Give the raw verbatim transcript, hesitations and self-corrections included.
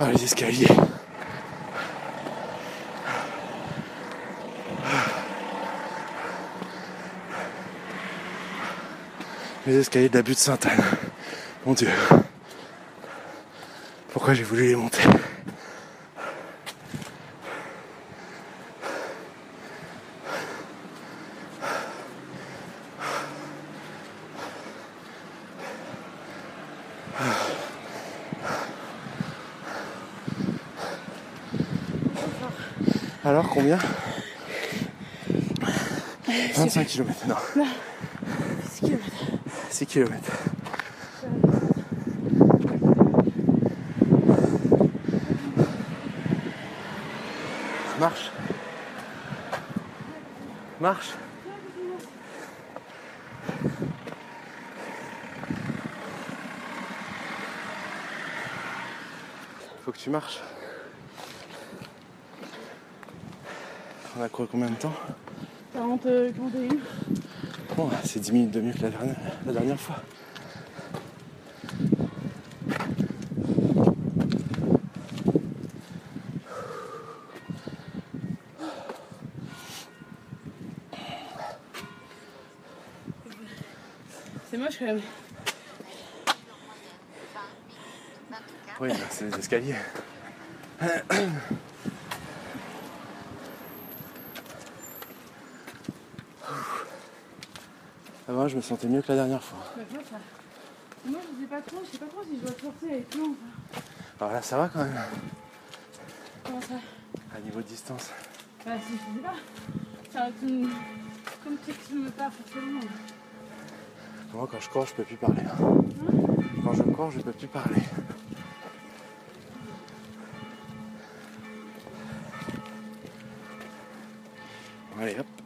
par les escaliers. Les escaliers de la butte Sainte-Anne. Mon Dieu. Pourquoi j'ai voulu les monter? Alors combien? vingt-cinq kilomètres, non. Non. six kilomètres. six kilomètres. Marche. Marche. Faut que tu marches. On a couru combien de temps? quarante, quarante et un. Bon, c'est dix minutes de mieux que la dernière, la dernière fois. C'est moche quand même. Oui, bah, c'est les escaliers. Avant, je me sentais mieux que la dernière fois. Bah, je vois ça. Moi, je sais pas trop, je sais pas trop si je dois te forcer avec toi. Alors là, ça va quand même. Comment ça? À niveau de distance. Bah, si, je sais pas. Ça, tu... Comme tu n'exprimes pas forcément. Moi, quand je cours, je peux plus parler. Hein. Hein? Quand je cours, je peux plus parler. Allez, hop.